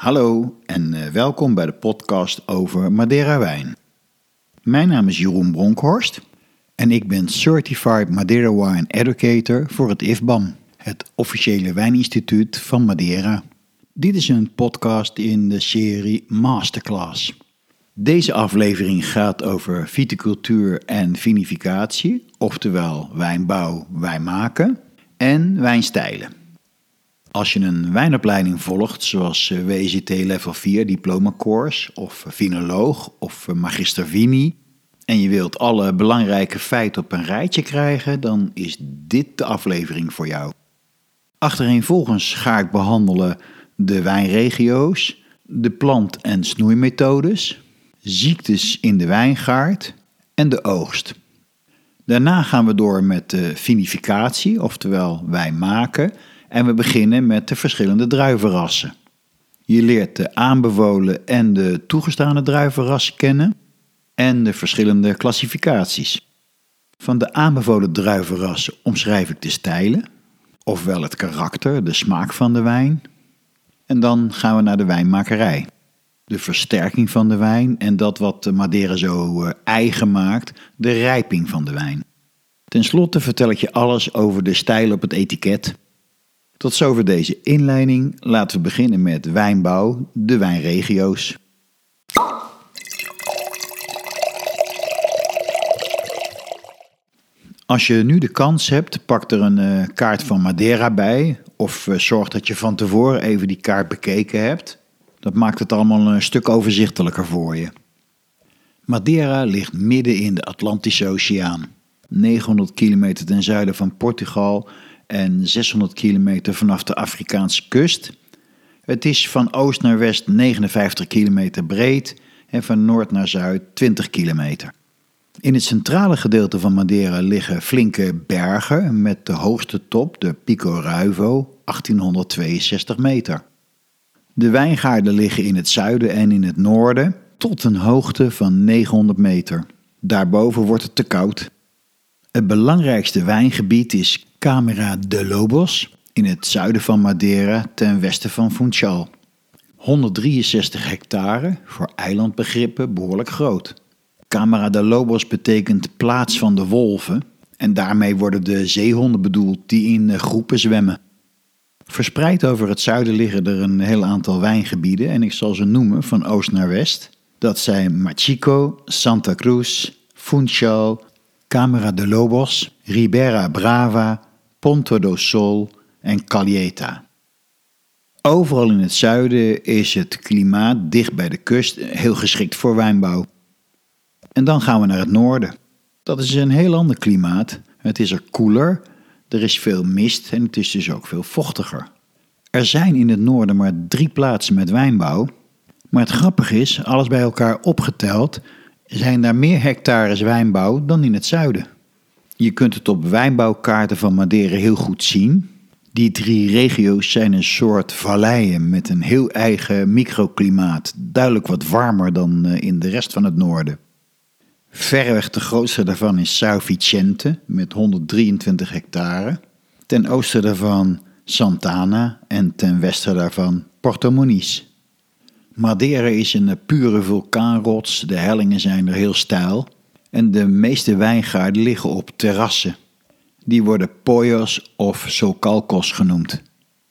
Hallo en welkom bij de podcast over Madeira wijn. Mijn naam is Jeroen Bronkhorst en ik ben Certified Madeira Wine Educator voor het IFBAM, het officiële wijninstituut van Madeira. Dit is een podcast in de serie Masterclass. Deze aflevering gaat over viticultuur en vinificatie, oftewel wijnbouw, wijnmaken en wijnstijlen. Als je een wijnopleiding volgt, zoals WSET Level 4 Diploma Course of Vinoloog of Magister Vini, en je wilt alle belangrijke feiten op een rijtje krijgen, dan is dit de aflevering voor jou. Achtereenvolgens ga ik behandelen de wijnregio's, de plant- en snoeimethodes, ziektes in de wijngaard en de oogst. Daarna gaan we door met de vinificatie, oftewel wijnmaken, en we beginnen met de verschillende druivenrassen. Je leert de aanbevolen en de toegestane druivenrassen kennen en de verschillende klassificaties. Van de aanbevolen druivenrassen omschrijf ik de stijlen, ofwel het karakter, de smaak van de wijn. En dan gaan we naar de wijnmakerij. De versterking van de wijn en dat wat Madeira zo eigen maakt, de rijping van de wijn. Ten slotte vertel ik je alles over de stijl op het etiket. Tot zover deze inleiding. Laten we beginnen met wijnbouw, de wijnregio's. Als je nu de kans hebt, pak er een kaart van Madeira bij. Of zorg dat je van tevoren even die kaart bekeken hebt. Dat maakt het allemaal een stuk overzichtelijker voor je. Madeira ligt midden in de Atlantische Oceaan. 900 kilometer ten zuiden van Portugal en 600 kilometer vanaf de Afrikaanse kust. Het is van oost naar west 59 kilometer breed en van noord naar zuid 20 kilometer. In het centrale gedeelte van Madeira liggen flinke bergen met de hoogste top, de Pico Ruivo, 1862 meter. De wijngaarden liggen in het zuiden en in het noorden tot een hoogte van 900 meter. Daarboven wordt het te koud. Het belangrijkste wijngebied is Câmara de Lobos in het zuiden van Madeira ten westen van Funchal. 163 hectare, voor eilandbegrippen behoorlijk groot. Câmara de Lobos betekent plaats van de wolven en daarmee worden de zeehonden bedoeld die in groepen zwemmen. Verspreid over het zuiden liggen er een heel aantal wijngebieden en ik zal ze noemen van oost naar west. Dat zijn Machico, Santa Cruz, Funchal, Câmara de Lobos, Ribeira Brava, Ponta do Sol en Calheta. Overal in het zuiden is het klimaat dicht bij de kust heel geschikt voor wijnbouw. En dan gaan we naar het noorden. Dat is een heel ander klimaat. Het is er koeler, er is veel mist en het is dus ook veel vochtiger. Er zijn in het noorden maar 3 plaatsen met wijnbouw. Maar het grappige is, alles bij elkaar opgeteld, zijn daar meer hectares wijnbouw dan in het zuiden. Je kunt het op wijnbouwkaarten van Madeira heel goed zien. Die 3 regio's zijn een soort valleien met een heel eigen microklimaat, duidelijk wat warmer dan in de rest van het noorden. Verreweg de grootste daarvan is São Vicente met 123 hectare. Ten oosten daarvan Santana en ten westen daarvan Porto Moniz. Madeira is een pure vulkaanrots, de hellingen zijn er heel steil en de meeste wijngaarden liggen op terrassen. Die worden poios of socalcos genoemd.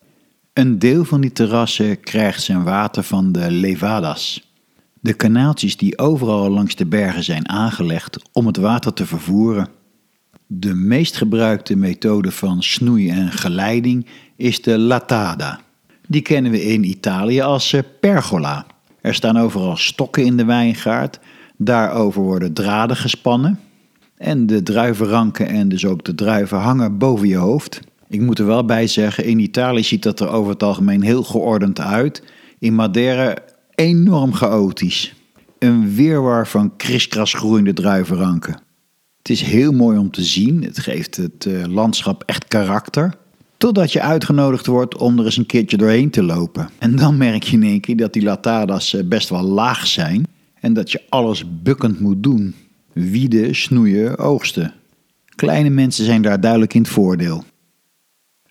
Een deel van die terrassen krijgt zijn water van de levadas. De kanaaltjes die overal langs de bergen zijn aangelegd om het water te vervoeren. De meest gebruikte methode van snoei en geleiding is de latada. Die kennen we in Italië als pergola. Er staan overal stokken in de wijngaard, daarover worden draden gespannen. En de druivenranken en dus ook de druiven hangen boven je hoofd. Ik moet er wel bij zeggen, in Italië ziet dat er over het algemeen heel geordend uit. In Madeira enorm chaotisch. Een wirwar van kriskras groeiende druivenranken. Het is heel mooi om te zien, het geeft het landschap echt karakter. Totdat je uitgenodigd wordt om er eens een keertje doorheen te lopen. En dan merk je in één keer dat die latadas best wel laag zijn en dat je alles bukkend moet doen. Wieden, snoeien, oogsten. Kleine mensen zijn daar duidelijk in het voordeel.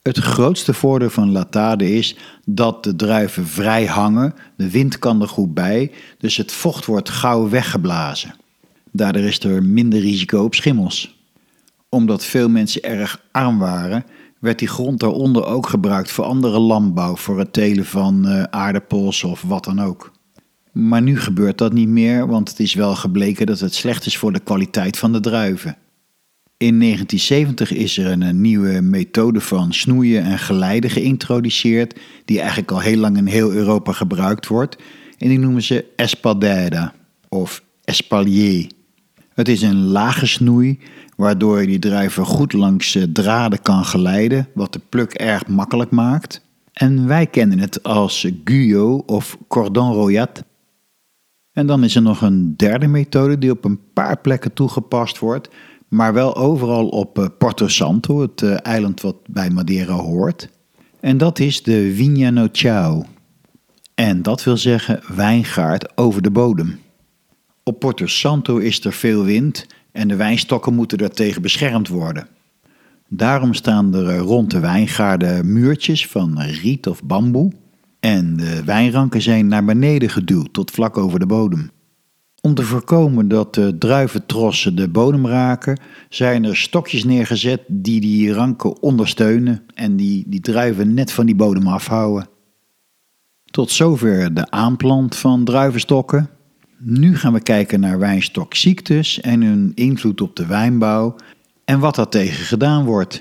Het grootste voordeel van latade is dat de druiven vrij hangen, de wind kan er goed bij, dus het vocht wordt gauw weggeblazen. Daardoor is er minder risico op schimmels. Omdat veel mensen erg arm waren, werd die grond daaronder ook gebruikt voor andere landbouw, voor het telen van aardappels of wat dan ook. Maar nu gebeurt dat niet meer, want het is wel gebleken dat het slecht is voor de kwaliteit van de druiven. In 1970 is er een nieuwe methode van snoeien en geleiden geïntroduceerd, die eigenlijk al heel lang in heel Europa gebruikt wordt. En die noemen ze espadera of espalier. Het is een lage snoei, waardoor je die druiven goed langs draden kan geleiden, wat de pluk erg makkelijk maakt. En wij kennen het als guyot of cordon royat. En dan is er nog een derde methode die op een paar plekken toegepast wordt, maar wel overal op Porto Santo, het eiland wat bij Madeira hoort. En dat is de Vinha no Chão. En dat wil zeggen wijngaard over de bodem. Op Porto Santo is er veel wind en de wijnstokken moeten daartegen beschermd worden. Daarom staan er rond de wijngaarden muurtjes van riet of bamboe en de wijnranken zijn naar beneden geduwd tot vlak over de bodem. Om te voorkomen dat de druiventrossen de bodem raken, zijn er stokjes neergezet die ranken ondersteunen en die druiven net van die bodem afhouden. Tot zover de aanplant van druivenstokken. Nu gaan we kijken naar wijnstokziektes en hun invloed op de wijnbouw en wat daar tegen gedaan wordt.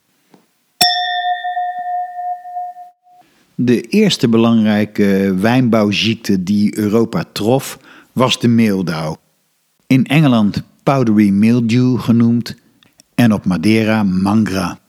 De eerste belangrijke wijnbouwziekte die Europa trof was de meeldauw. In Engeland powdery mildew genoemd en op Madeira mangra.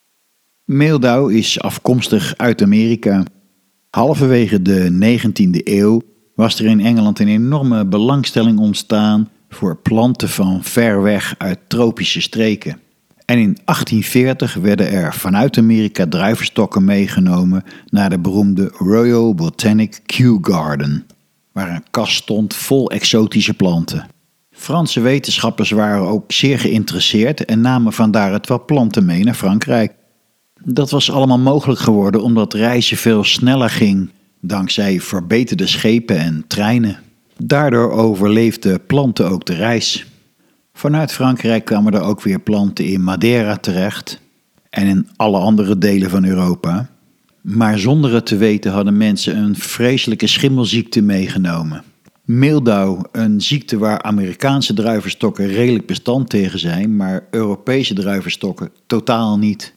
Meeldauw is afkomstig uit Amerika. Halverwege de 19e eeuw was er in Engeland een enorme belangstelling ontstaan voor planten van ver weg uit tropische streken. En in 1840 werden er vanuit Amerika druivenstokken meegenomen naar de beroemde Royal Botanic Kew Garden, waar een kast stond vol exotische planten. Franse wetenschappers waren ook zeer geïnteresseerd en namen vandaar het wat planten mee naar Frankrijk. Dat was allemaal mogelijk geworden omdat reizen veel sneller ging, dankzij verbeterde schepen en treinen. Daardoor overleefden planten ook de reis. Vanuit Frankrijk kwamen er ook weer planten in Madeira terecht en in alle andere delen van Europa. Maar zonder het te weten hadden mensen een vreselijke schimmelziekte meegenomen. Meeldauw, een ziekte waar Amerikaanse druivenstokken redelijk bestand tegen zijn, maar Europese druivenstokken totaal niet.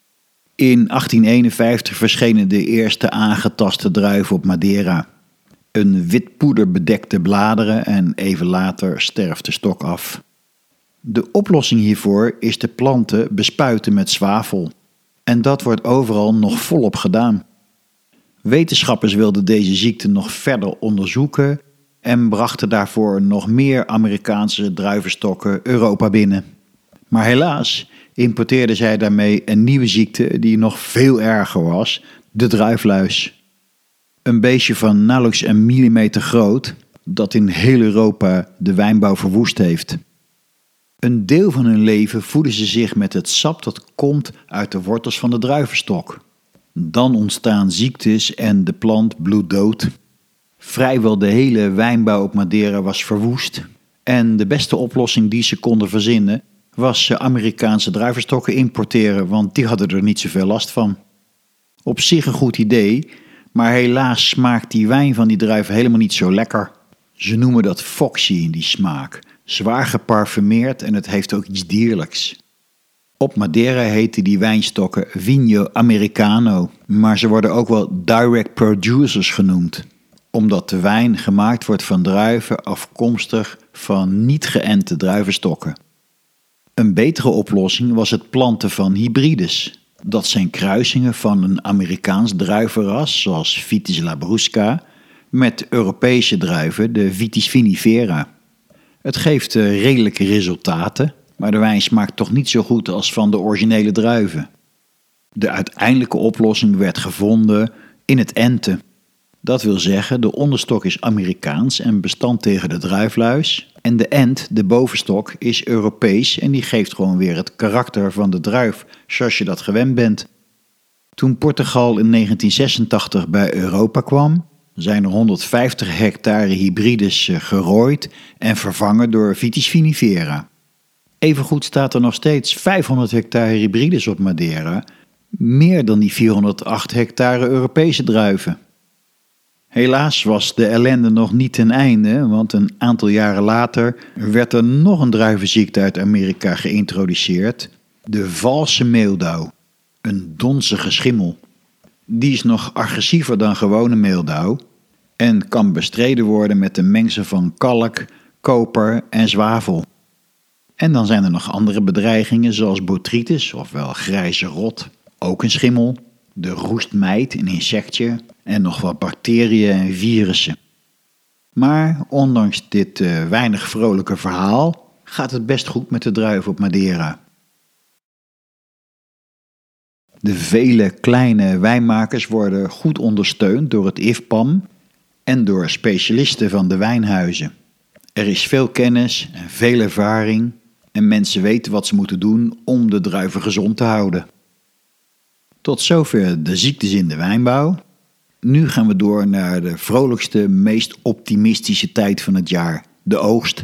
In 1851 verschenen de eerste aangetaste druiven op Madeira. Een wit poeder bedekte bladeren en even later sterft de stok af. De oplossing hiervoor is de planten bespuiten met zwavel. En dat wordt overal nog volop gedaan. Wetenschappers wilden deze ziekte nog verder onderzoeken en brachten daarvoor nog meer Amerikaanse druivenstokken Europa binnen. Maar helaas importeerden zij daarmee een nieuwe ziekte die nog veel erger was, de druifluis. Een beestje van nauwelijks 1 millimeter groot, dat in heel Europa de wijnbouw verwoest heeft. Een deel van hun leven voeden ze zich met het sap dat komt uit de wortels van de druivenstok. Dan ontstaan ziektes en de plant bloedt dood. Vrijwel de hele wijnbouw op Madeira was verwoest. En de beste oplossing die ze konden verzinnen was Amerikaanse druivenstokken importeren, want die hadden er niet zoveel last van. Op zich een goed idee, maar helaas smaakt die wijn van die druiven helemaal niet zo lekker. Ze noemen dat foxy, die smaak. Zwaar geparfumeerd en het heeft ook iets dierlijks. Op Madeira heten die wijnstokken Vinho Americano, maar ze worden ook wel direct producers genoemd, omdat de wijn gemaakt wordt van druiven afkomstig van niet geënte druivenstokken. Een betere oplossing was het planten van hybrides. Dat zijn kruisingen van een Amerikaans druivenras, zoals Vitis labrusca, met Europese druiven, de Vitis vinifera. Het geeft redelijke resultaten, maar de wijn smaakt toch niet zo goed als van de originele druiven. De uiteindelijke oplossing werd gevonden in het enten. Dat wil zeggen, de onderstok is Amerikaans en bestand tegen de druifluis. En de ent, de bovenstok, is Europees en die geeft gewoon weer het karakter van de druif, zoals je dat gewend bent. Toen Portugal in 1986 bij Europa kwam, zijn er 150 hectare hybrides gerooid en vervangen door Vitis vinifera. Evengoed staat er nog steeds 500 hectare hybrides op Madeira, meer dan die 408 hectare Europese druiven. Helaas was de ellende nog niet ten einde, want een aantal jaren later werd er nog een druivenziekte uit Amerika geïntroduceerd, de valse meeldauw, een donzige schimmel. Die is nog agressiever dan gewone meeldauw en kan bestreden worden met een mengsel van kalk, koper en zwavel. En dan zijn er nog andere bedreigingen zoals botrytis, ofwel grijze rot, ook een schimmel, de roestmijt, een insectje en nog wat bacteriën en virussen. Maar ondanks dit weinig vrolijke verhaal gaat het best goed met de druiven op Madeira. De vele kleine wijnmakers worden goed ondersteund door het IFPAM en door specialisten van de wijnhuizen. Er is veel kennis en veel ervaring en mensen weten wat ze moeten doen om de druiven gezond te houden. Tot zover de ziektes in de wijnbouw. Nu gaan we door naar de vrolijkste, meest optimistische tijd van het jaar, de oogst.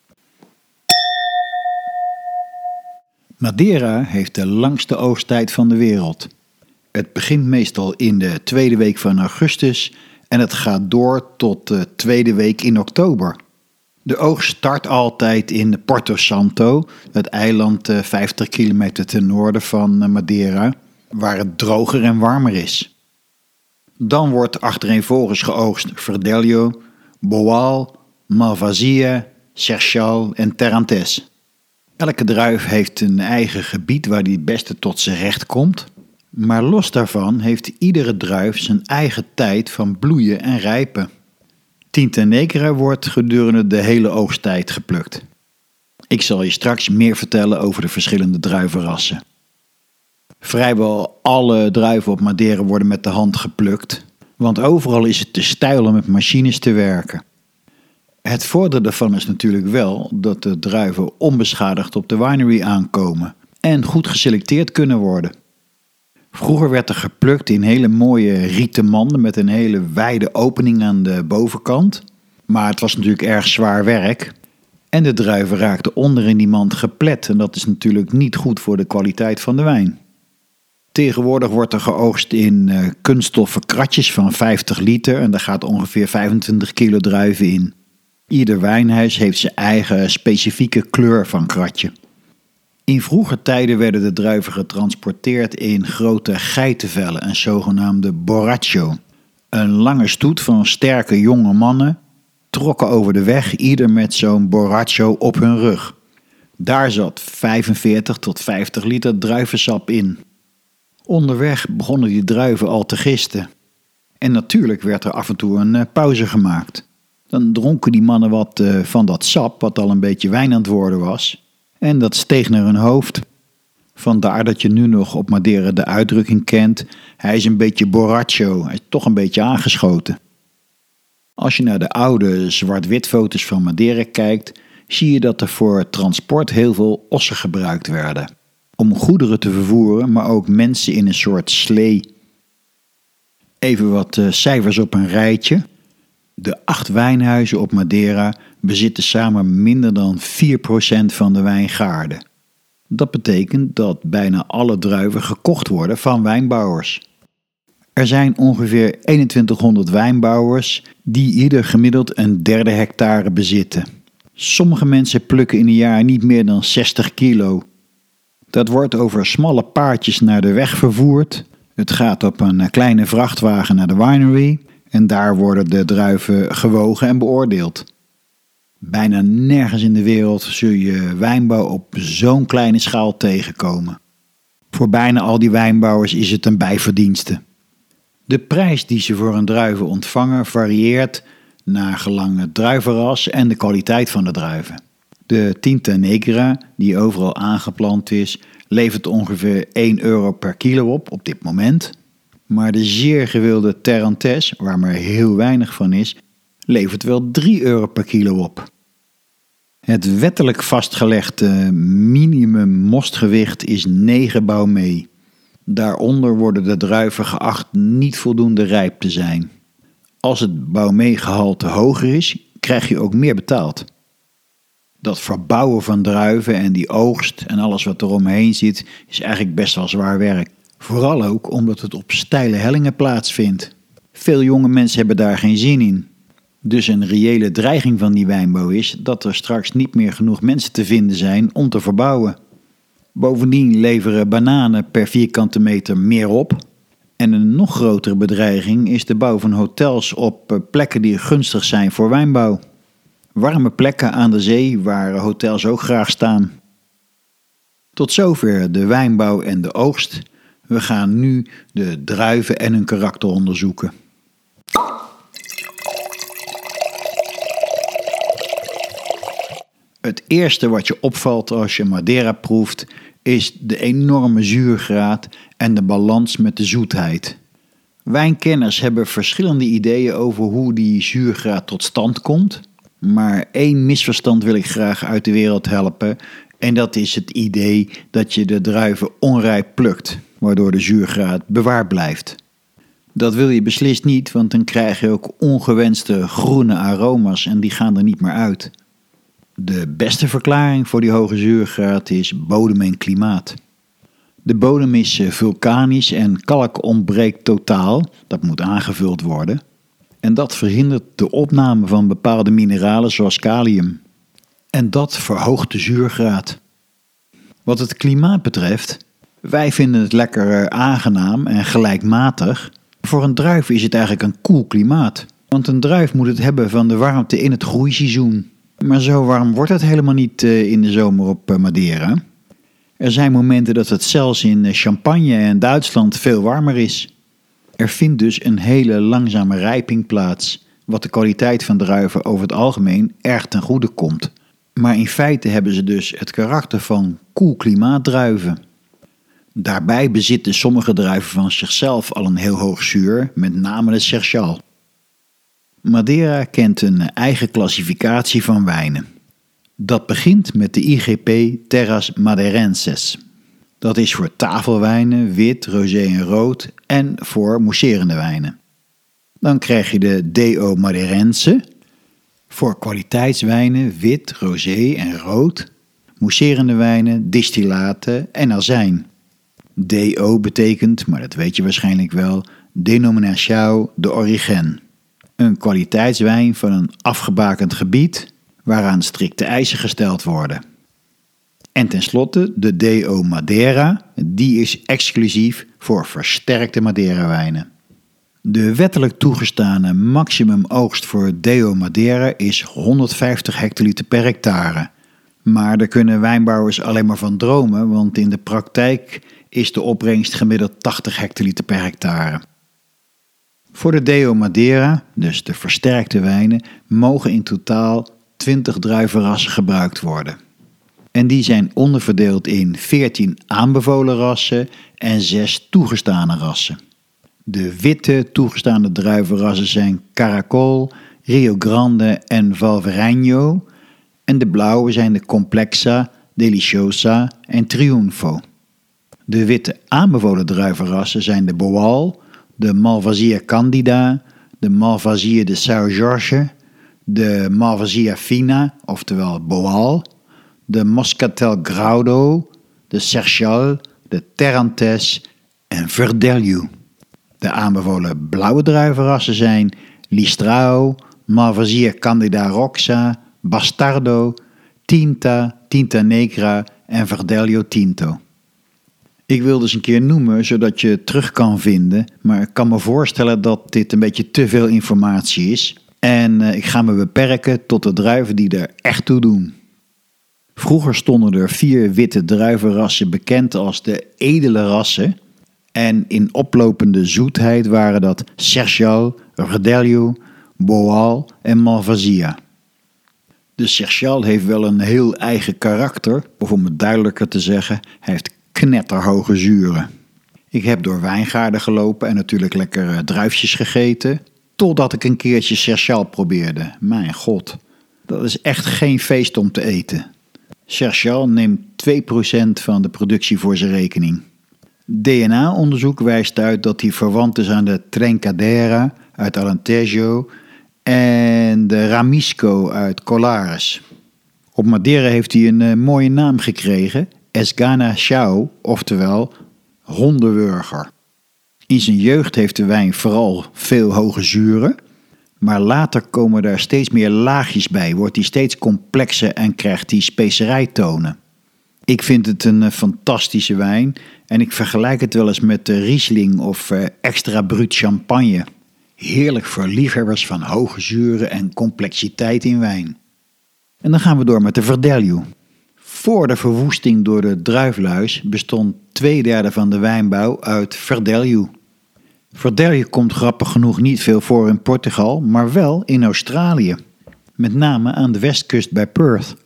Madeira heeft de langste oogsttijd van de wereld. Het begint meestal in de tweede week van augustus en het gaat door tot de tweede week in oktober. De oogst start altijd in Porto Santo, het eiland 50 kilometer ten noorden van Madeira, waar het droger en warmer is. Dan wordt achtereenvolgens geoogst Verdelho, Boal, Malvasia, Seixal en Terrantes. Elke druif heeft een eigen gebied waar die het beste tot zijn recht komt. Maar los daarvan heeft iedere druif zijn eigen tijd van bloeien en rijpen. Tinta Negra wordt gedurende de hele oogsttijd geplukt. Ik zal je straks meer vertellen over de verschillende druivenrassen. Vrijwel alle druiven op Madeira worden met de hand geplukt, want overal is het te steil om met machines te werken. Het voordeel daarvan is natuurlijk wel dat de druiven onbeschadigd op de winery aankomen en goed geselecteerd kunnen worden. Vroeger werd er geplukt in hele mooie rieten manden met een hele wijde opening aan de bovenkant. Maar het was natuurlijk erg zwaar werk en de druiven raakten onder in die mand geplet en dat is natuurlijk niet goed voor de kwaliteit van de wijn. Tegenwoordig wordt er geoogst in kunststoffen kratjes van 50 liter en daar gaat ongeveer 25 kilo druiven in. Ieder wijnhuis heeft zijn eigen specifieke kleur van kratje. In vroeger tijden werden de druiven getransporteerd in grote geitenvellen, een zogenaamde borracho. Een lange stoet van sterke jonge mannen trokken over de weg, ieder met zo'n borracho op hun rug. Daar zat 45 tot 50 liter druivensap in. Onderweg begonnen die druiven al te gisten. En natuurlijk werd er af en toe een pauze gemaakt. Dan dronken die mannen wat van dat sap, wat al een beetje wijn aan het worden was. En dat steeg naar hun hoofd. Vandaar dat je nu nog op Madeira de uitdrukking kent, hij is een beetje borracho, hij is toch een beetje aangeschoten. Als je naar de oude zwart-wit foto's van Madeira kijkt, zie je dat er voor transport heel veel ossen gebruikt werden. Om goederen te vervoeren, maar ook mensen in een soort slee. Even wat cijfers op een rijtje. De 8 wijnhuizen op Madeira bezitten samen minder dan 4% van de wijngaarden. Dat betekent dat bijna alle druiven gekocht worden van wijnbouwers. Er zijn ongeveer 2100 wijnbouwers die ieder gemiddeld een 1/3 hectare bezitten. Sommige mensen plukken in een jaar niet meer dan 60 kilo. Dat wordt over smalle paardjes naar de weg vervoerd. Het gaat op een kleine vrachtwagen naar de winery en daar worden de druiven gewogen en beoordeeld. Bijna nergens in de wereld zul je wijnbouw op zo'n kleine schaal tegenkomen. Voor bijna al die wijnbouwers is het een bijverdienste. De prijs die ze voor een druiven ontvangen varieert naar gelang het druivenras en de kwaliteit van de druiven. De Tinta Negra, die overal aangeplant is, levert ongeveer 1 euro per kilo op dit moment. Maar de zeer gewilde Terrantes, waar maar heel weinig van is, levert wel 3 euro per kilo op. Het wettelijk vastgelegde minimum mostgewicht is 9 baumee. Daaronder worden de druiven geacht niet voldoende rijp te zijn. Als het Baumé-gehalte hoger is, krijg je ook meer betaald. Dat verbouwen van druiven en die oogst en alles wat er omheen zit, is eigenlijk best wel zwaar werk. Vooral ook omdat het op steile hellingen plaatsvindt. Veel jonge mensen hebben daar geen zin in. Dus een reële dreiging van die wijnbouw is dat er straks niet meer genoeg mensen te vinden zijn om te verbouwen. Bovendien leveren bananen per vierkante meter meer op. En een nog grotere bedreiging is de bouw van hotels op plekken die gunstig zijn voor wijnbouw. Warme plekken aan de zee waar hotels ook graag staan. Tot zover de wijnbouw en de oogst. We gaan nu de druiven en hun karakter onderzoeken. Het eerste wat je opvalt als je Madeira proeft is de enorme zuurgraad en de balans met de zoetheid. Wijnkenners hebben verschillende ideeën over hoe die zuurgraad tot stand komt. Maar één misverstand wil ik graag uit de wereld helpen. En dat is het idee dat je de druiven onrijp plukt, waardoor de zuurgraad bewaard blijft. Dat wil je beslist niet, want dan krijg je ook ongewenste groene aroma's en die gaan er niet meer uit. De beste verklaring voor die hoge zuurgraad is bodem en klimaat. De bodem is vulkanisch en kalk ontbreekt totaal, dat moet aangevuld worden. En dat verhindert de opname van bepaalde mineralen zoals kalium. En dat verhoogt de zuurgraad. Wat het klimaat betreft, wij vinden het lekker aangenaam en gelijkmatig. Voor een druif is het eigenlijk een koel klimaat. Want een druif moet het hebben van de warmte in het groeiseizoen. Maar zo warm wordt het helemaal niet in de zomer op Madeira. Er zijn momenten dat het zelfs in Champagne en Duitsland veel warmer is. Er vindt dus een hele langzame rijping plaats, wat de kwaliteit van druiven over het algemeen erg ten goede komt. Maar in feite hebben ze dus het karakter van koel klimaatdruiven. Daarbij bezitten sommige druiven van zichzelf al een heel hoog zuur, met name de Serchal. Madeira kent een eigen klassificatie van wijnen. Dat begint met de IGP Terras Madeirenses. Dat is voor tafelwijnen, wit, rosé en rood en voor mousserende wijnen. Dan krijg je de DO Madeirense voor kwaliteitswijnen, wit, rosé en rood, mousserende wijnen, distillaten en azijn. DO betekent, maar dat weet je waarschijnlijk wel, Denominação de Origen. Een kwaliteitswijn van een afgebakend gebied waaraan strikte eisen gesteld worden. En tenslotte de DO Madeira, die is exclusief voor versterkte Madeira-wijnen. De wettelijk toegestane maximum oogst voor DO Madeira is 150 hectoliter per hectare. Maar daar kunnen wijnbouwers alleen maar van dromen, want in de praktijk is de opbrengst gemiddeld 80 hectoliter per hectare. Voor de DO Madeira, dus de versterkte wijnen, mogen in totaal 20 druivenrassen gebruikt worden. En die zijn onderverdeeld in 14 aanbevolen rassen en 6 toegestane rassen. De witte toegestane druivenrassen zijn Caracol, Rio Grande en Valvareño. En de blauwe zijn de Complexa, Deliciosa en Triunfo. De witte aanbevolen druivenrassen zijn de Boal, de Malvasia Candida, de Malvasia de São Jorge, de Malvasia Fina, oftewel Boal, de Moscatel Graudo, de Serchal, de Terrantes en Verdelho. De aanbevolen blauwe druivenrassen zijn Listrao, Malvasia Candida Roxa, Bastardo, Tinta, Tinta Negra en Verdelho Tinto. Ik wil dus een keer noemen, zodat je het terug kan vinden, maar ik kan me voorstellen dat dit een beetje te veel informatie is. En ik ga me beperken tot de druiven die er echt toe doen. Vroeger stonden er 4 witte druivenrassen bekend als de edele rassen. En in oplopende zoetheid waren dat Serchal, Verdelho, Boal en Malvasia. De Serchal heeft wel een heel eigen karakter, of om het duidelijker te zeggen, hij heeft knetterhoge zuren. Ik heb door wijngaarden gelopen en natuurlijk lekker druifjes gegeten, totdat ik een keertje Serchal probeerde. Mijn god, dat is echt geen feest om te eten. Serchal neemt 2% van de productie voor zijn rekening. DNA-onderzoek wijst uit dat hij verwant is aan de Trencadera uit Alentejo en de Ramisco uit Colares. Op Madeira heeft hij een mooie naam gekregen, Esgana Chao, oftewel hondenwurger. In zijn jeugd heeft de wijn vooral veel hoge zuren, maar later komen daar steeds meer laagjes bij, wordt hij steeds complexer en krijgt hij specerijtonen. Ik vind het een fantastische wijn en ik vergelijk het wel eens met de Riesling of extra brut champagne. Heerlijk voor liefhebbers van hoge zuren en complexiteit in wijn. En dan gaan we door met de Verdelho. Voor de verwoesting door de druifluis bestond 2/3 van de wijnbouw uit Verdelho. Verdelho komt grappig genoeg niet veel voor in Portugal, maar wel in Australië. Met name aan de westkust bij Perth.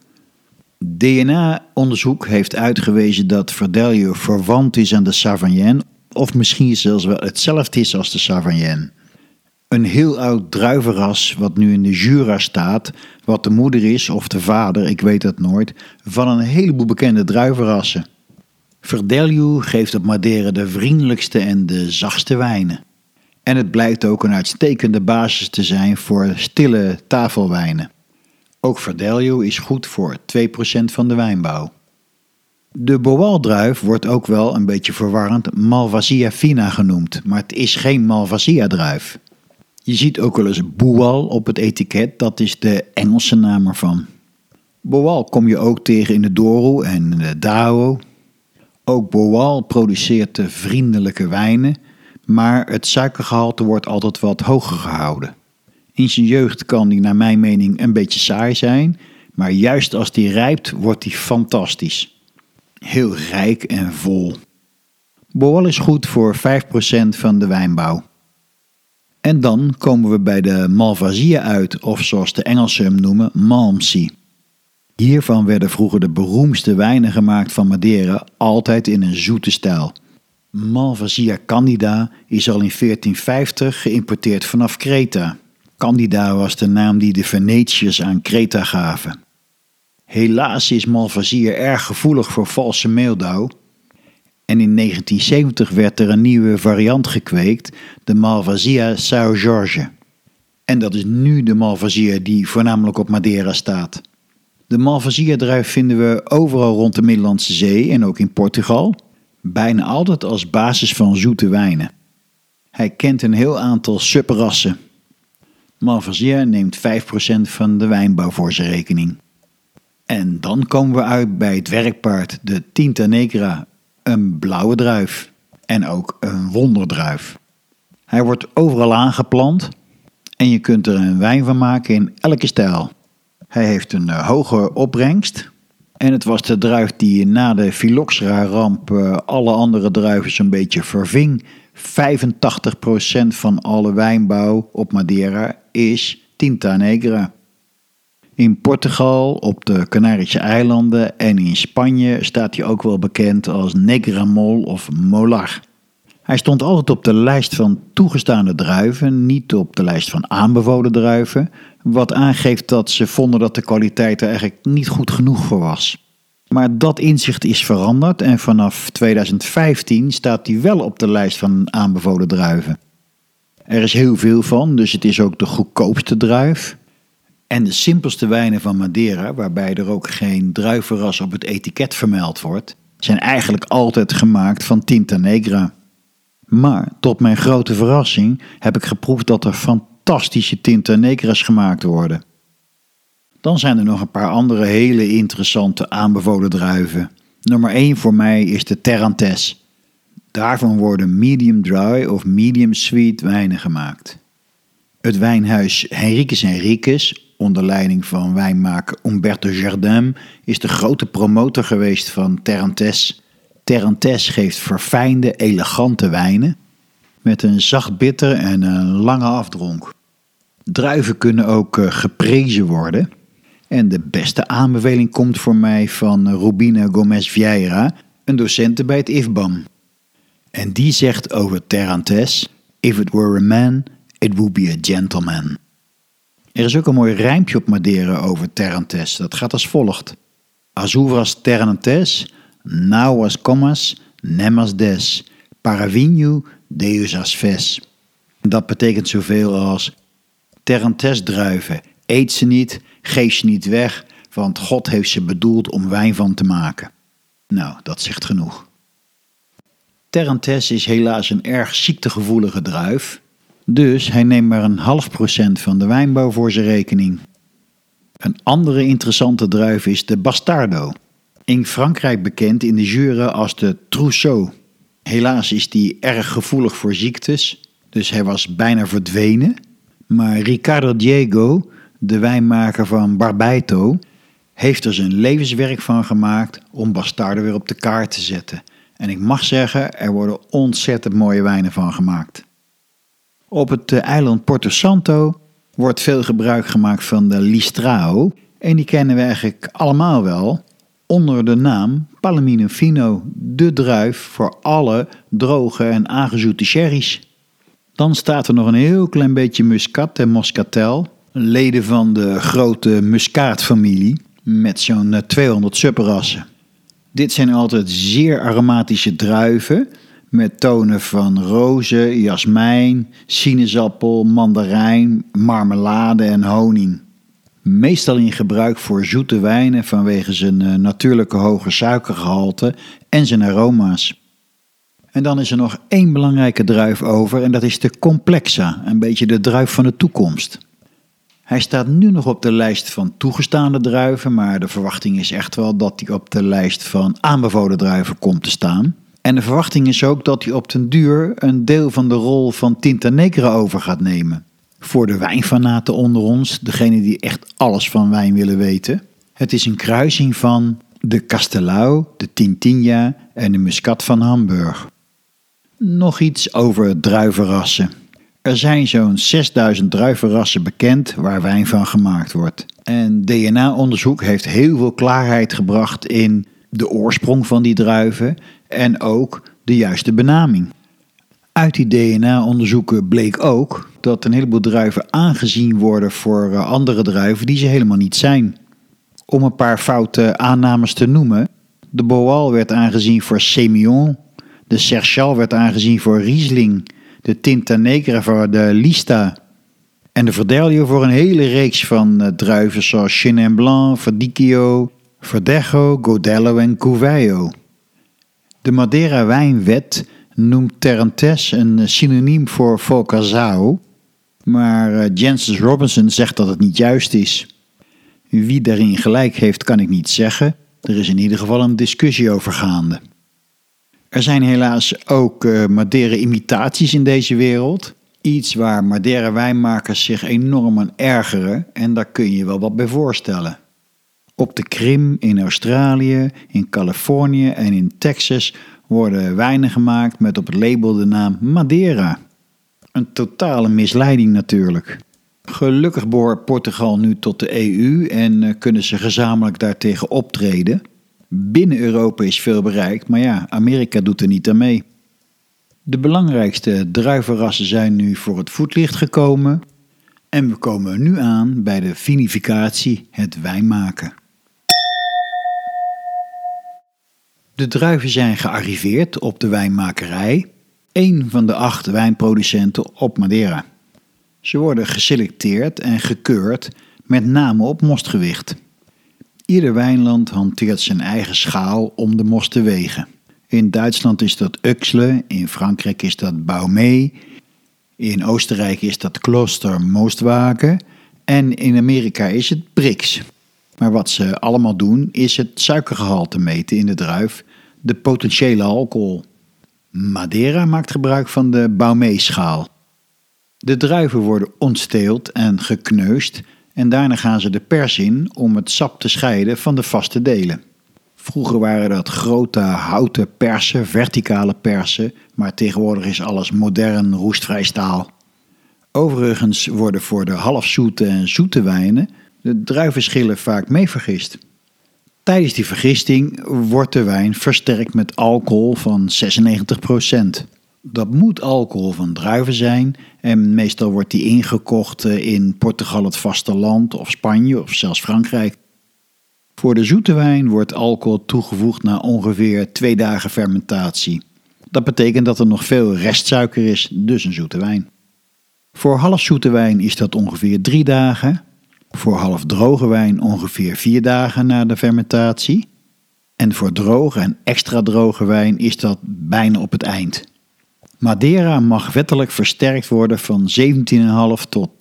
DNA-onderzoek heeft uitgewezen dat Verdelho verwant is aan de Sauvignon, of misschien zelfs wel hetzelfde is als de Sauvignon. Een heel oud druivenras wat nu in de Jura staat, wat de moeder is of de vader, ik weet het nooit, van een heleboel bekende druivenrassen. Verdelho geeft op Madeira de vriendelijkste en de zachtste wijnen. En het blijkt ook een uitstekende basis te zijn voor stille tafelwijnen. Ook Verdelho is goed voor 2% van de wijnbouw. De Boal-druif wordt ook wel een beetje verwarrend Malvasia fina genoemd, maar het is geen Malvasia-druif. Je ziet ook wel eens Boal op het etiket, dat is de Engelse naam ervan. Boal kom je ook tegen in de Douro en de Dao. Ook Boal produceert de vriendelijke wijnen, maar het suikergehalte wordt altijd wat hoger gehouden. In zijn jeugd kan die naar mijn mening een beetje saai zijn, maar juist als die rijpt wordt die fantastisch. Heel rijk en vol. Boal is goed voor 5% van de wijnbouw. En dan komen we bij de Malvasia uit, of zoals de Engelsen hem noemen, Malmsey. Hiervan werden vroeger de beroemdste wijnen gemaakt van Madeira, altijd in een zoete stijl. Malvasia Candida is al in 1450 geïmporteerd vanaf Kreta. Candida was de naam die de Venetiërs aan Kreta gaven. Helaas is Malvasia erg gevoelig voor valse meeldauw. En in 1970 werd er een nieuwe variant gekweekt, de Malvasia São Jorge. En dat is nu de Malvasia die voornamelijk op Madeira staat. De Malvasia-druif vinden we overal rond de Middellandse Zee en ook in Portugal. Bijna altijd als basis van zoete wijnen. Hij kent een heel aantal subrassen. Malvasia neemt 5% van de wijnbouw voor zijn rekening. En dan komen we uit bij het werkpaard, de Tinta Negra, een blauwe druif. En ook een wonderdruif. Hij wordt overal aangeplant en je kunt er een wijn van maken in elke stijl. Hij heeft een hoge opbrengst. En het was de druif die na de Phylloxera-ramp alle andere druiven zo'n beetje verving. 85% van alle wijnbouw op Madeira is Tinta Negra. In Portugal, op de Canarische eilanden en in Spanje staat hij ook wel bekend als Negramol of Molar. Hij stond altijd op de lijst van toegestane druiven, niet op de lijst van aanbevolen druiven, wat aangeeft dat ze vonden dat de kwaliteit er eigenlijk niet goed genoeg voor was. Maar dat inzicht is veranderd en vanaf 2015 staat hij wel op de lijst van aanbevolen druiven. Er is heel veel van, dus het is ook de goedkoopste druif. En de simpelste wijnen van Madeira, waarbij er ook geen druivenras op het etiket vermeld wordt, zijn eigenlijk altijd gemaakt van Tinta Negra. Maar tot mijn grote verrassing heb ik geproefd dat er fantastische Tinta Negra's gemaakt worden. Dan zijn er nog een paar andere hele interessante aanbevolen druiven. Nummer 1 voor mij is de Terrantes. Daarvan worden medium dry of medium sweet wijnen gemaakt. Het wijnhuis Henriques Henriques, onder leiding van wijnmaker Humberto Jardin, is de grote promotor geweest van Terrantes. Terrantes geeft verfijnde, elegante wijnen met een zacht bitter en een lange afdronk. Druiven kunnen ook geprezen worden. En de beste aanbeveling komt voor mij van Rubina Gomes Vieira, een docente bij het IFBAM. En die zegt over Terrantes: "If it were a man, it would be a gentleman." Er is ook een mooi rijmpje op Madeira over Terrantes. Dat gaat als volgt: "As uvas Terrantes, nauas comas, nemas des, para vinho Deus as fes. Dat betekent zoveel als Terrantes druiven, eet ze niet, geef ze niet weg, want God heeft ze bedoeld om wijn van te maken. Nou, dat zegt genoeg. Terrantes is helaas een erg ziektegevoelige druif, dus hij neemt maar 0,5% van de wijnbouw voor zijn rekening. Een andere interessante druif is de Bastardo. In Frankrijk bekend in de Jura als de Trousseau. Helaas is die erg gevoelig voor ziektes, dus hij was bijna verdwenen. Maar Ricardo Diego, de wijnmaker van Barbeito, heeft er zijn levenswerk van gemaakt om Bastardo weer op de kaart te zetten. En ik mag zeggen, er worden ontzettend mooie wijnen van gemaakt. Op het eiland Porto Santo wordt veel gebruik gemaakt van de Listrao. En die kennen we eigenlijk allemaal wel onder de naam Palomino Fino, de druif voor alle droge en aangezoete sherry's. Dan staat er nog een heel klein beetje muscat en moscatel, leden van de grote muskaatfamilie met zo'n 200 subrassen. Dit zijn altijd zeer aromatische druiven met tonen van roze, jasmijn, sinaasappel, mandarijn, marmelade en honing. Meestal in gebruik voor zoete wijnen vanwege zijn natuurlijke hoge suikergehalte en zijn aroma's. En dan is er nog één belangrijke druif over en dat is de Complexa, een beetje de druif van de toekomst. Hij staat nu nog op de lijst van toegestaande druiven, maar de verwachting is echt wel dat hij op de lijst van aanbevolen druiven komt te staan. En de verwachting is ook dat hij op den duur een deel van de rol van Tinta Negra over gaat nemen. Voor de wijnfanaten onder ons, degenen die echt alles van wijn willen weten. Het is een kruising van de Castelao, de Tintinha en de Muscat van Hamburg. Nog iets over druivenrassen. Er zijn zo'n 6000 druivenrassen bekend waar wijn van gemaakt wordt. En DNA-onderzoek heeft heel veel klaarheid gebracht in de oorsprong van die druiven en ook de juiste benaming. Uit die DNA-onderzoeken bleek ook dat een heleboel druiven aangezien worden voor andere druiven die ze helemaal niet zijn. Om een paar foute aannames te noemen, de Boal werd aangezien voor Sémillon, de Serchal werd aangezien voor Riesling, de Tinta Negra voor de Lista en de Verdelho voor een hele reeks van druiven zoals Chenin Blanc, Verdicchio, Verdejo, Godello en Cuveo. De Madeira Wijnwet noemt Terrantes een synoniem voor Folcasao, maar Jancis Robinson zegt dat het niet juist is. Wie daarin gelijk heeft kan ik niet zeggen, er is in ieder geval een discussie over gaande. Er zijn helaas ook Madeira-imitaties in deze wereld. Iets waar Madeira-wijnmakers zich enorm aan ergeren en daar kun je wel wat bij voorstellen. Op de Krim, in Australië, in Californië en in Texas worden wijnen gemaakt met op het label de naam Madeira. Een totale misleiding natuurlijk. Gelukkig behoort Portugal nu tot de EU en kunnen ze gezamenlijk daartegen optreden. Binnen Europa is veel bereikt, maar ja, Amerika doet er niet aan mee. De belangrijkste druivenrassen zijn nu voor het voetlicht gekomen en we komen nu aan bij de vinificatie, het wijnmaken. De druiven zijn gearriveerd op de wijnmakerij, één van de 8 wijnproducenten op Madeira. Ze worden geselecteerd en gekeurd met name op mostgewicht. Ieder wijnland hanteert zijn eigen schaal om de most te wegen. In Duitsland is dat Uxle, in Frankrijk is dat Baumé, in Oostenrijk is dat Kloster Moostwagen en in Amerika is het Brix. Maar wat ze allemaal doen is het suikergehalte meten in de druif, de potentiële alcohol. Madeira maakt gebruik van de Baumé-schaal. De druiven worden ontsteeld en gekneusd en daarna gaan ze de pers in om het sap te scheiden van de vaste delen. Vroeger waren dat grote houten persen, verticale persen, maar tegenwoordig is alles modern, roestvrij staal. Overigens worden voor de halfzoete en zoete wijnen de druivenschillen vaak mee vergist. Tijdens die vergisting wordt de wijn versterkt met alcohol van 96%. Dat moet alcohol van druiven zijn en meestal wordt die ingekocht in Portugal, het vasteland of Spanje of zelfs Frankrijk. Voor de zoete wijn wordt alcohol toegevoegd na ongeveer 2 dagen fermentatie. Dat betekent dat er nog veel restsuiker is, dus een zoete wijn. Voor halfzoete wijn is dat ongeveer 3 dagen. Voor halfdroge wijn ongeveer 4 dagen na de fermentatie. En voor droge en extra droge wijn is dat bijna op het eind. Madeira mag wettelijk versterkt worden van 17,5 tot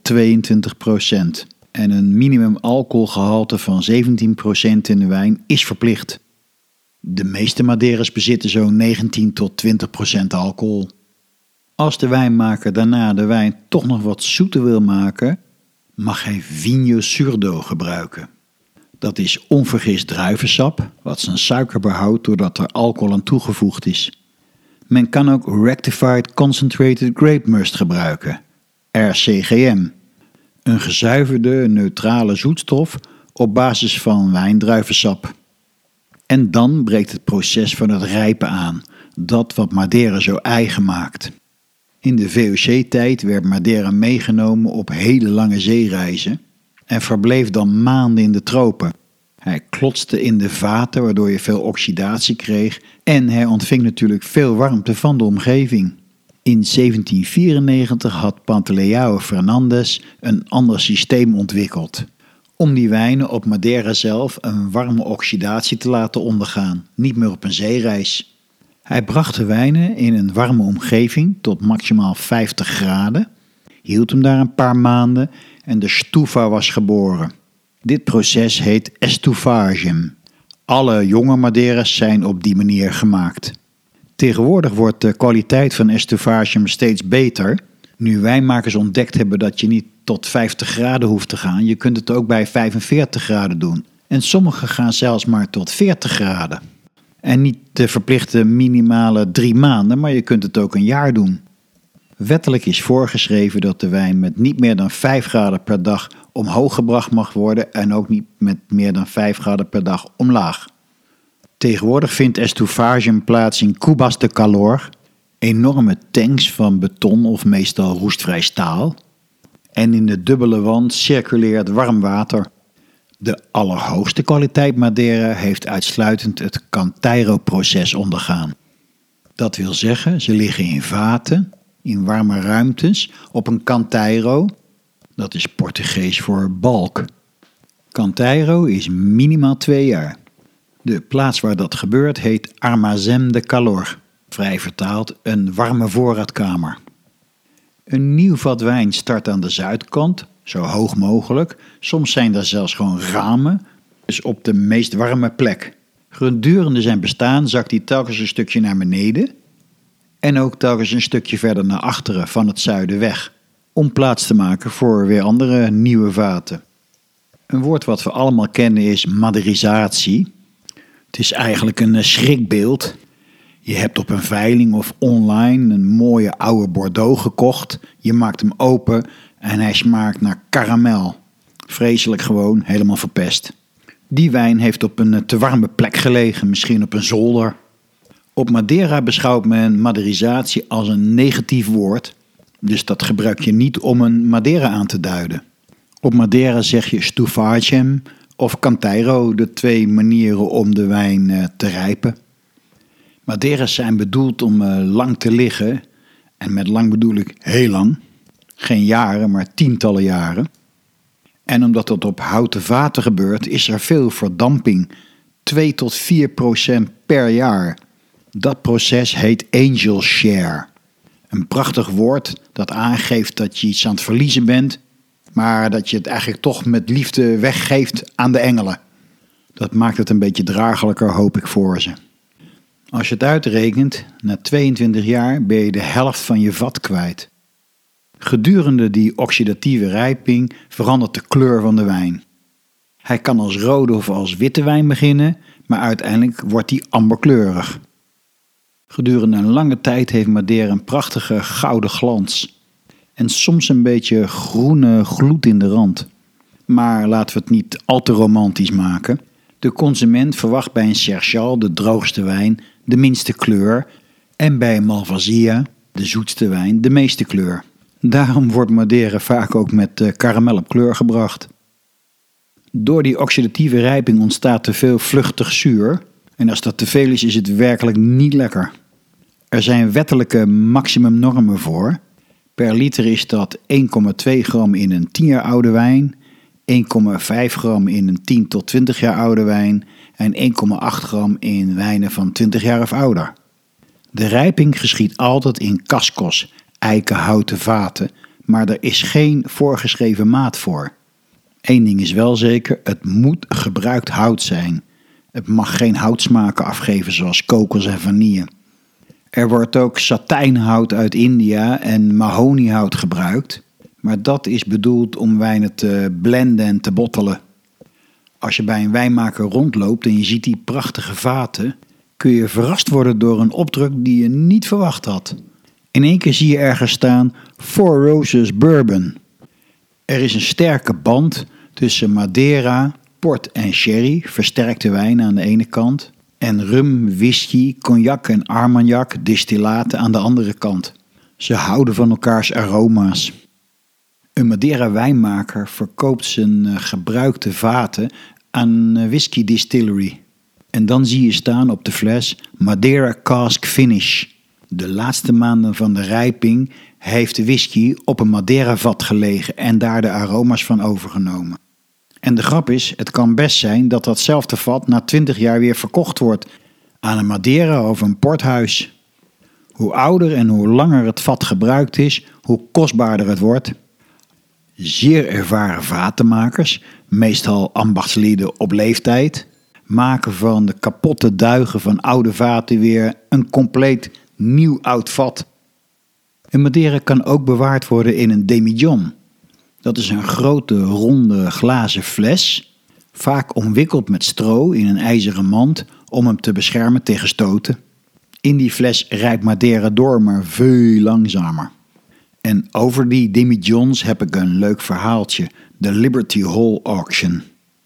22%. En een minimum alcoholgehalte van 17% in de wijn is verplicht. De meeste Madeiras bezitten zo'n 19 tot 20% alcohol. Als de wijnmaker daarna de wijn toch nog wat zoeter wil maken, mag hij Vinho Surdo gebruiken. Dat is onvergist druivensap, wat zijn suiker behoudt doordat er alcohol aan toegevoegd is. Men kan ook Rectified Concentrated Grape Must gebruiken, RCGM. Een gezuiverde, neutrale zoetstof op basis van wijndruivensap. En dan breekt het proces van het rijpen aan, dat wat Madeira zo eigen maakt. In de VOC-tijd werd Madeira meegenomen op hele lange zeereizen en verbleef dan maanden in de tropen. Hij klotste in de vaten waardoor je veel oxidatie kreeg en hij ontving natuurlijk veel warmte van de omgeving. In 1794 had Pantaleão Fernandes een ander systeem ontwikkeld. Om die wijnen op Madeira zelf een warme oxidatie te laten ondergaan, niet meer op een zeereis. Hij bracht de wijnen in een warme omgeving tot maximaal 50 graden, hield hem daar een paar maanden en de stufa was geboren. Dit proces heet estufagem. Alle jonge Madeiras zijn op die manier gemaakt. Tegenwoordig wordt de kwaliteit van estufagem steeds beter. Nu wijnmakers ontdekt hebben dat je niet tot 50 graden hoeft te gaan, je kunt het ook bij 45 graden doen. En sommige gaan zelfs maar tot 40 graden. En niet de verplichte minimale 3 maanden, maar je kunt het ook een jaar doen. Wettelijk is voorgeschreven dat de wijn met niet meer dan 5 graden per dag omhoog gebracht mag worden en ook niet met meer dan 5 graden per dag omlaag. Tegenwoordig vindt estufagem plaats in cubas de calor, enorme tanks van beton of meestal roestvrij staal. En in de dubbele wand circuleert warm water. De allerhoogste kwaliteit Madeira heeft uitsluitend het Canteiro-proces ondergaan. Dat wil zeggen, ze liggen in vaten, in warme ruimtes, op een Canteiro. Dat is Portugees voor balk. Canteiro is minimaal 2 jaar. De plaats waar dat gebeurt heet Armazém de Calor, vrij vertaald een warme voorraadkamer. Een nieuw vat wijn start aan de zuidkant, zo hoog mogelijk. Soms zijn er zelfs gewoon ramen, dus op de meest warme plek. Gedurende zijn bestaan zakt hij telkens een stukje naar beneden en ook telkens een stukje verder naar achteren van het zuiden weg, om plaats te maken voor weer andere nieuwe vaten. Een woord wat we allemaal kennen is maderisatie. Het is eigenlijk een schrikbeeld. Je hebt op een veiling of online een mooie oude Bordeaux gekocht. Je maakt hem open en hij smaakt naar karamel. Vreselijk gewoon, helemaal verpest. Die wijn heeft op een te warme plek gelegen, misschien op een zolder. Op Madeira beschouwt men maderisatie als een negatief woord. Dus dat gebruik je niet om een Madeira aan te duiden. Op Madeira zeg je estufagem of Canteiro, de 2 manieren om de wijn te rijpen. Madeiras zijn bedoeld om lang te liggen. En met lang bedoel ik heel lang. Geen jaren, maar tientallen jaren. En omdat dat op houten vaten gebeurt, is er veel verdamping. 2 tot 4% per jaar. Dat proces heet angel share. Een prachtig woord dat aangeeft dat je iets aan het verliezen bent, maar dat je het eigenlijk toch met liefde weggeeft aan de engelen. Dat maakt het een beetje draaglijker, hoop ik voor ze. Als je het uitrekent, na 22 jaar ben je de helft van je vat kwijt. Gedurende die oxidatieve rijping verandert de kleur van de wijn. Hij kan als rode of als witte wijn beginnen, maar uiteindelijk wordt hij amberkleurig. Gedurende een lange tijd heeft Madeira een prachtige gouden glans. En soms een beetje groene gloed in de rand. Maar laten we het niet al te romantisch maken. De consument verwacht bij een Serchal, de droogste wijn, de minste kleur. En bij een Malvasia, de zoetste wijn, de meeste kleur. Daarom wordt Madeira vaak ook met karamel op kleur gebracht. Door die oxidatieve rijping ontstaat te veel vluchtig zuur. En als dat te veel is het werkelijk niet lekker. Er zijn wettelijke maximumnormen voor. Per liter is dat 1,2 gram in een 10 jaar oude wijn, 1,5 gram in een 10 tot 20 jaar oude wijn en 1,8 gram in wijnen van 20 jaar of ouder. De rijping geschiedt altijd in kaskos, eikenhouten vaten, maar er is geen voorgeschreven maat voor. Eén ding is wel zeker, het moet gebruikt hout zijn. Het mag geen houtsmaken afgeven zoals kokos en vanille. Er wordt ook satijnhout uit India en mahoniehout gebruikt, maar dat is bedoeld om wijnen te blenden en te bottelen. Als je bij een wijnmaker rondloopt en je ziet die prachtige vaten, kun je verrast worden door een opdruk die je niet verwacht had. In één keer zie je ergens staan Four Roses Bourbon. Er is een sterke band tussen Madeira, port en sherry, versterkte wijn aan de ene kant, en rum, whisky, cognac en armagnac, distillaten aan de andere kant. Ze houden van elkaars aroma's. Een Madeira wijnmaker verkoopt zijn gebruikte vaten aan een whisky distillery. En dan zie je staan op de fles Madeira Cask Finish. De laatste maanden van de rijping heeft de whisky op een Madeira vat gelegen en daar de aroma's van overgenomen. En de grap is, het kan best zijn dat datzelfde vat na 20 jaar weer verkocht wordt aan een Madeira of een porthuis. Hoe ouder en hoe langer het vat gebruikt is, hoe kostbaarder het wordt. Zeer ervaren vatenmakers, meestal ambachtslieden op leeftijd, maken van de kapotte duigen van oude vaten weer een compleet nieuw oud vat. Een Madeira kan ook bewaard worden in een demijohn. Dat is een grote ronde glazen fles, vaak omwikkeld met stro in een ijzeren mand om hem te beschermen tegen stoten. In die fles rijpt Madeira door, maar veel langzamer. En over die demijohns heb ik een leuk verhaaltje, de Liberty Hall Auction.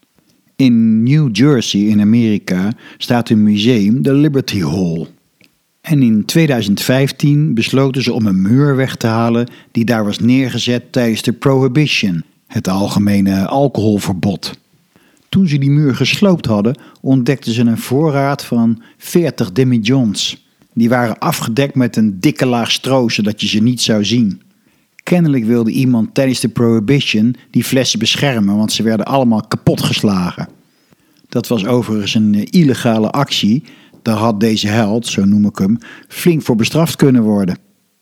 In New Jersey in Amerika staat een museum, de Liberty Hall. En in 2015 besloten ze om een muur weg te halen die daar was neergezet tijdens de Prohibition, het algemene alcoholverbod. Toen ze die muur gesloopt hadden, ontdekten ze een voorraad van 40 demijohns. Die waren afgedekt met een dikke laag stro, zodat je ze niet zou zien. Kennelijk wilde iemand tijdens de Prohibition die flessen beschermen, want ze werden allemaal kapotgeslagen. Dat was overigens een illegale actie. Daar had deze held, zo noem ik hem, flink voor bestraft kunnen worden.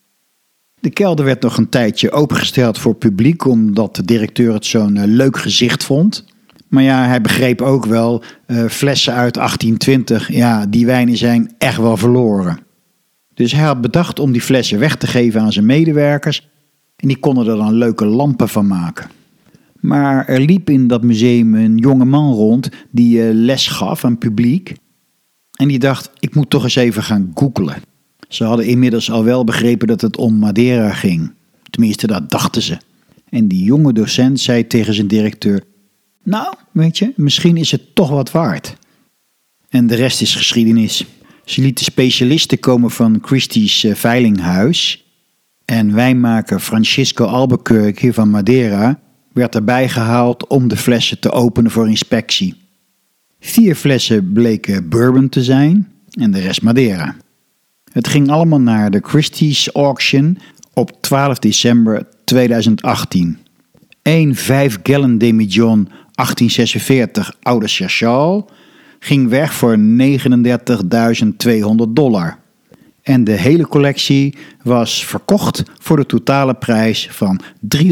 De kelder werd nog een tijdje opengesteld voor publiek, omdat de directeur het zo'n leuk gezicht vond. Maar ja, hij begreep ook wel, flessen uit 1820, ja, die wijnen zijn echt wel verloren. Dus hij had bedacht om die flessen weg te geven aan zijn medewerkers en die konden er dan leuke lampen van maken. Maar er liep in dat museum een jonge man rond die les gaf aan publiek. En die dacht, ik moet toch eens even gaan googlen. Ze hadden inmiddels al wel begrepen dat het om Madeira ging. Tenminste, dat dachten ze. En die jonge docent zei tegen zijn directeur, nou, weet je, misschien is het toch wat waard. En de rest is geschiedenis. Ze lieten specialisten komen van Christie's Veilinghuis. En wijnmaker Francisco Albuquerque van Madeira werd erbij gehaald om de flessen te openen voor inspectie. 4 flessen bleken bourbon te zijn en de rest Madeira. Het ging allemaal naar de Christie's Auction op 12 december 2018. 1 5-gallon demijohn 1846 Oude Chachal ging weg voor $39.200. En de hele collectie was verkocht voor de totale prijs van $325.000.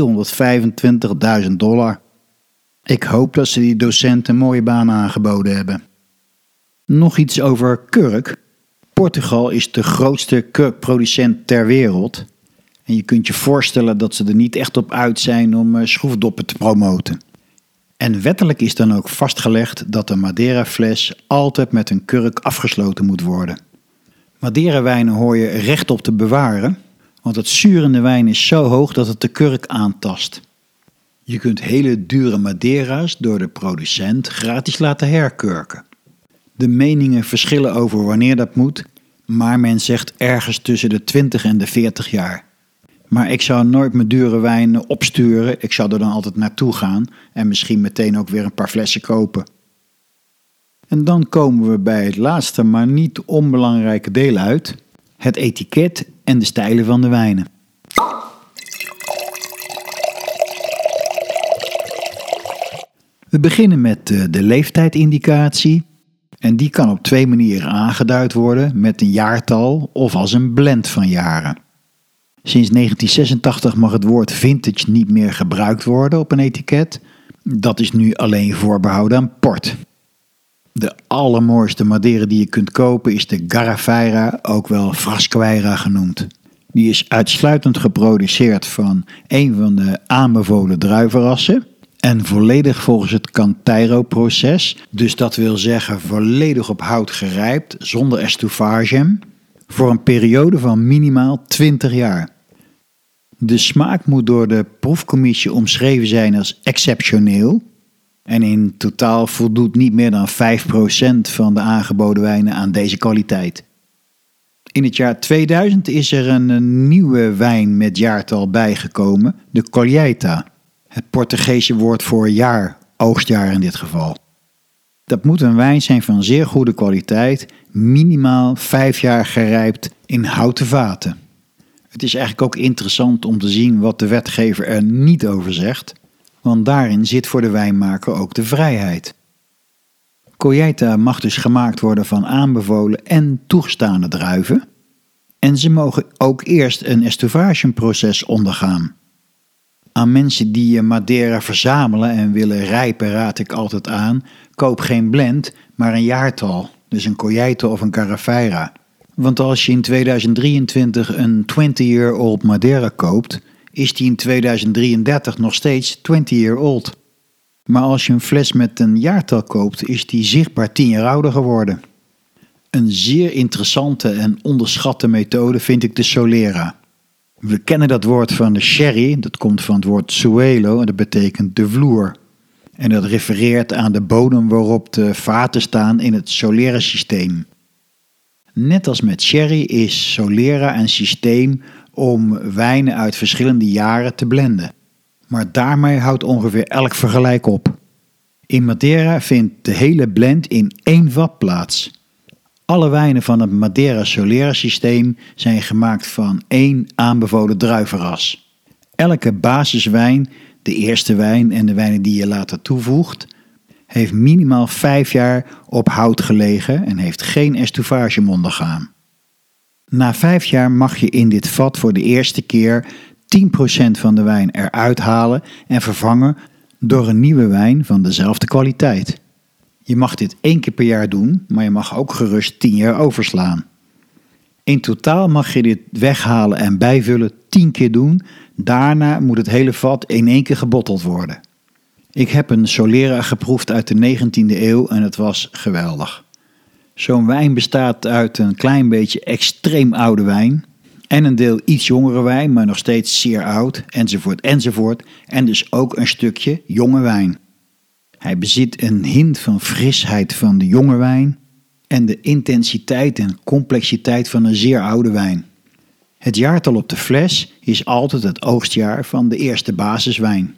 Ik hoop dat ze die docent een mooie baan aangeboden hebben. Nog iets over kurk. Portugal is de grootste kurkproducent ter wereld. En je kunt je voorstellen dat ze er niet echt op uit zijn om schroefdoppen te promoten. En wettelijk is dan ook vastgelegd dat een Madeira-fles altijd met een kurk afgesloten moet worden. Madeira-wijnen hoor je rechtop te bewaren, want het zuur in de wijn is zo hoog dat het de kurk aantast. Je kunt hele dure Madeira's door de producent gratis laten herkurken. De meningen verschillen over wanneer dat moet, maar men zegt ergens tussen de 20 en de 40 jaar. Maar ik zou nooit mijn dure wijn opsturen, ik zou er dan altijd naartoe gaan en misschien meteen ook weer een paar flessen kopen. En dan komen we bij het laatste, maar niet onbelangrijke deel uit. het etiket en de stijlen van de wijnen. We beginnen met de leeftijdindicatie. En die kan op 2 manieren aangeduid worden, met een jaartal of als een blend van jaren. Sinds 1986 mag het woord vintage niet meer gebruikt worden op een etiket. Dat is nu alleen voorbehouden aan port. De allermooiste Madeira die je kunt kopen is de Garrafeira, ook wel Frasqueira genoemd. Die is uitsluitend geproduceerd van een van de aanbevolen druivenrassen en volledig volgens het Canteiro-proces, dus dat wil zeggen volledig op hout gerijpt, zonder estouvage, voor een periode van minimaal 20 jaar. De smaak moet door de proefcommissie omschreven zijn als exceptioneel en in totaal voldoet niet meer dan 5% van de aangeboden wijnen aan deze kwaliteit. In het jaar 2000 is er een nieuwe wijn met jaartal bijgekomen, de Colheita. Het Portugese woord voor jaar, oogstjaar in dit geval. Dat moet een wijn zijn van zeer goede kwaliteit, minimaal 5 jaar gerijpt in houten vaten. Het is eigenlijk ook interessant om te zien wat de wetgever er niet over zegt, want daarin zit voor de wijnmaker ook de vrijheid. Colheita mag dus gemaakt worden van aanbevolen en toegestane druiven en ze mogen ook eerst een estouvageproces ondergaan. Aan mensen die Madeira verzamelen en willen rijpen raad ik altijd aan, koop geen blend, maar een jaartal, dus een Colheita of een Garrafeira. Want als je in 2023 een 20-year-old Madeira koopt, is die in 2033 nog steeds 20-year-old. Maar als je een fles met een jaartal koopt, is die zichtbaar 10 jaar ouder geworden. Een zeer interessante en onderschatte methode vind ik de Solera. We kennen dat woord van de sherry, dat komt van het woord suelo en dat betekent de vloer. En dat refereert aan de bodem waarop de vaten staan in het Solera-systeem. Net als met sherry is Solera een systeem om wijnen uit verschillende jaren te blenden. Maar daarmee houdt ongeveer elk vergelijk op. In Madeira vindt de hele blend in 1 vat plaats. Alle wijnen van het Madeira Solera systeem zijn gemaakt van 1 aanbevolen druivenras. Elke basiswijn, de eerste wijn en de wijnen die je later toevoegt, heeft minimaal 5 jaar op hout gelegen en heeft geen estouvage ondergaan. Na 5 jaar mag je in dit vat voor de eerste keer 10% van de wijn eruit halen en vervangen door een nieuwe wijn van dezelfde kwaliteit. Je mag dit 1 keer per jaar doen, maar je mag ook gerust 10 jaar overslaan. In totaal mag je dit weghalen en bijvullen 10 keer doen. Daarna moet het hele vat in 1 keer gebotteld worden. Ik heb een Solera geproefd uit de 19e eeuw en het was geweldig. Zo'n wijn bestaat uit een klein beetje extreem oude wijn en een deel iets jongere wijn, maar nog steeds zeer oud, enzovoort, enzovoort. En dus ook een stukje jonge wijn. Hij bezit een hint van frisheid van de jonge wijn en de intensiteit en complexiteit van een zeer oude wijn. Het jaartal op de fles is altijd het oogstjaar van de eerste basiswijn.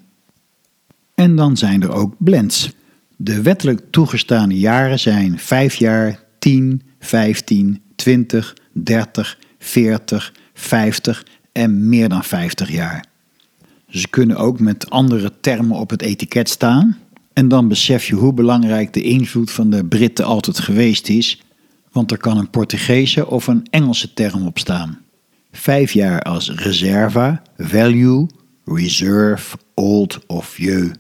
En dan zijn er ook blends. De wettelijk toegestane jaren zijn 5 jaar, 10, 15, 20, 30, 40, 50 en meer dan 50 jaar. Ze kunnen ook met andere termen op het etiket staan. En dan besef je hoe belangrijk de invloed van de Britten altijd geweest is, want er kan een Portugese of een Engelse term op staan. 5 jaar als reserva, value, reserve, old of vieux.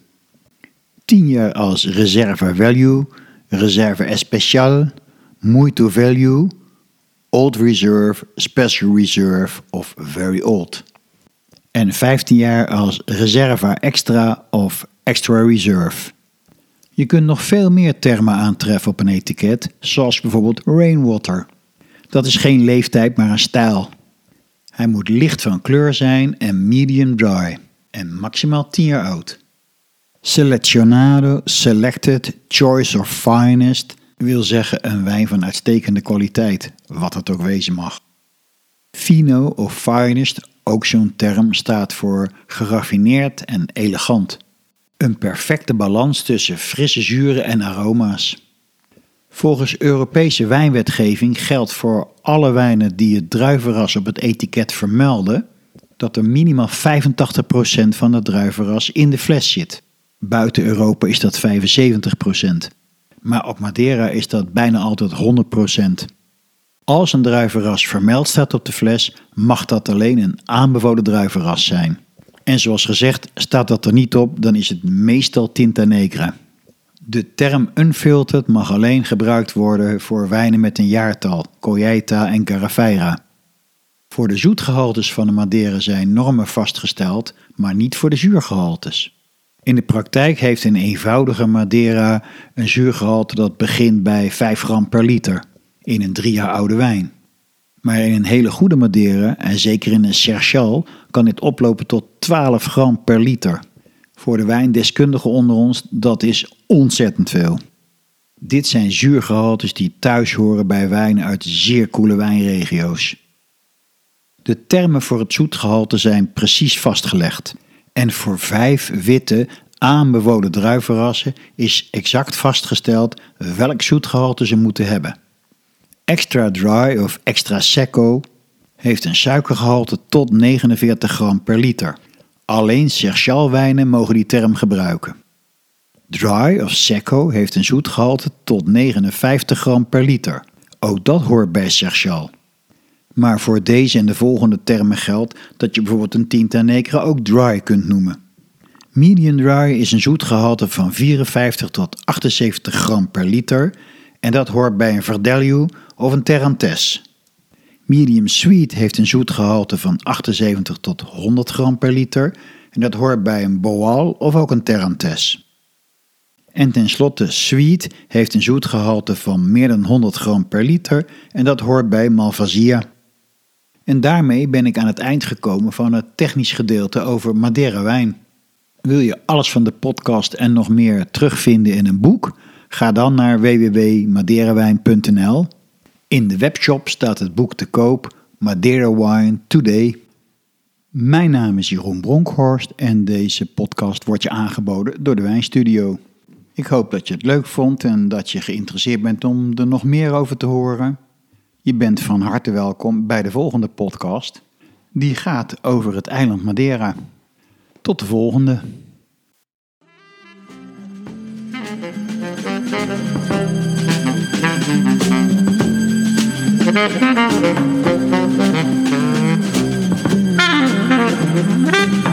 10 jaar als reserva value, reserva especial, muito value, old reserve, special reserve of very old. En 15 jaar als reserva extra of extra reserve. Je kunt nog veel meer termen aantreffen op een etiket, zoals bijvoorbeeld rainwater. Dat is geen leeftijd, maar een stijl. Hij moet licht van kleur zijn en medium dry en maximaal 10 jaar oud. Seleccionado, selected, choice of finest wil zeggen een wijn van uitstekende kwaliteit, wat het ook wezen mag. Fino of finest, ook zo'n term, staat voor geraffineerd en elegant. Een perfecte balans tussen frisse zuren en aroma's. Volgens Europese wijnwetgeving geldt voor alle wijnen die het druivenras op het etiket vermelden, dat er minimaal 85% van het druivenras in de fles zit. Buiten Europa is dat 75%. Maar op Madeira is dat bijna altijd 100%. Als een druivenras vermeld staat op de fles, mag dat alleen een aanbevolen druivenras zijn. En zoals gezegd, staat dat er niet op, dan is het meestal Tinta Negra. De term unfiltered mag alleen gebruikt worden voor wijnen met een jaartal, Colheita en Garrafeira. Voor de zoetgehaltes van de Madeira zijn normen vastgesteld, maar niet voor de zuurgehaltes. In de praktijk heeft een eenvoudige Madeira een zuurgehalte dat begint bij 5 gram per liter in een 3 jaar oude wijn. Maar in een hele goede Madeira, en zeker in een Serchal, kan dit oplopen tot 12 gram per liter. Voor de wijndeskundigen onder ons, dat is ontzettend veel. Dit zijn zuurgehaltes die thuis horen bij wijnen uit zeer koele wijnregio's. De termen voor het zoetgehalte zijn precies vastgelegd. En voor 5 witte, aanbevolen druivenrassen is exact vastgesteld welk zoetgehalte ze moeten hebben. Extra dry of extra secco heeft een suikergehalte tot 49 gram per liter. Alleen Serchal wijnen mogen die term gebruiken. Dry of secco heeft een zoetgehalte tot 59 gram per liter. Ook dat hoort bij Serchal. Maar voor deze en de volgende termen geldt dat je bijvoorbeeld een Tinta Negra ook dry kunt noemen. Medium dry is een zoetgehalte van 54 tot 78 gram per liter en dat hoort bij een Verdelho of een Terrantes. Medium sweet heeft een zoetgehalte van 78 tot 100 gram per liter en dat hoort bij een Boal of ook een Terrantes. En tenslotte sweet heeft een zoetgehalte van meer dan 100 gram per liter en dat hoort bij Malvasia. En daarmee ben ik aan het eind gekomen van het technisch gedeelte over Madeira wijn. Wil je alles van de podcast en nog meer terugvinden in een boek? Ga dan naar www.madeirawijn.nl. In de webshop staat het boek te koop, Madeira Wine Today. Mijn naam is Jeroen Bronkhorst en deze podcast wordt je aangeboden door de Wijnstudio. Ik hoop dat je het leuk vond en dat je geïnteresseerd bent om er nog meer over te horen. Je bent van harte welkom bij de volgende podcast. Die gaat over het eiland Madeira. Tot de volgende. Thank you.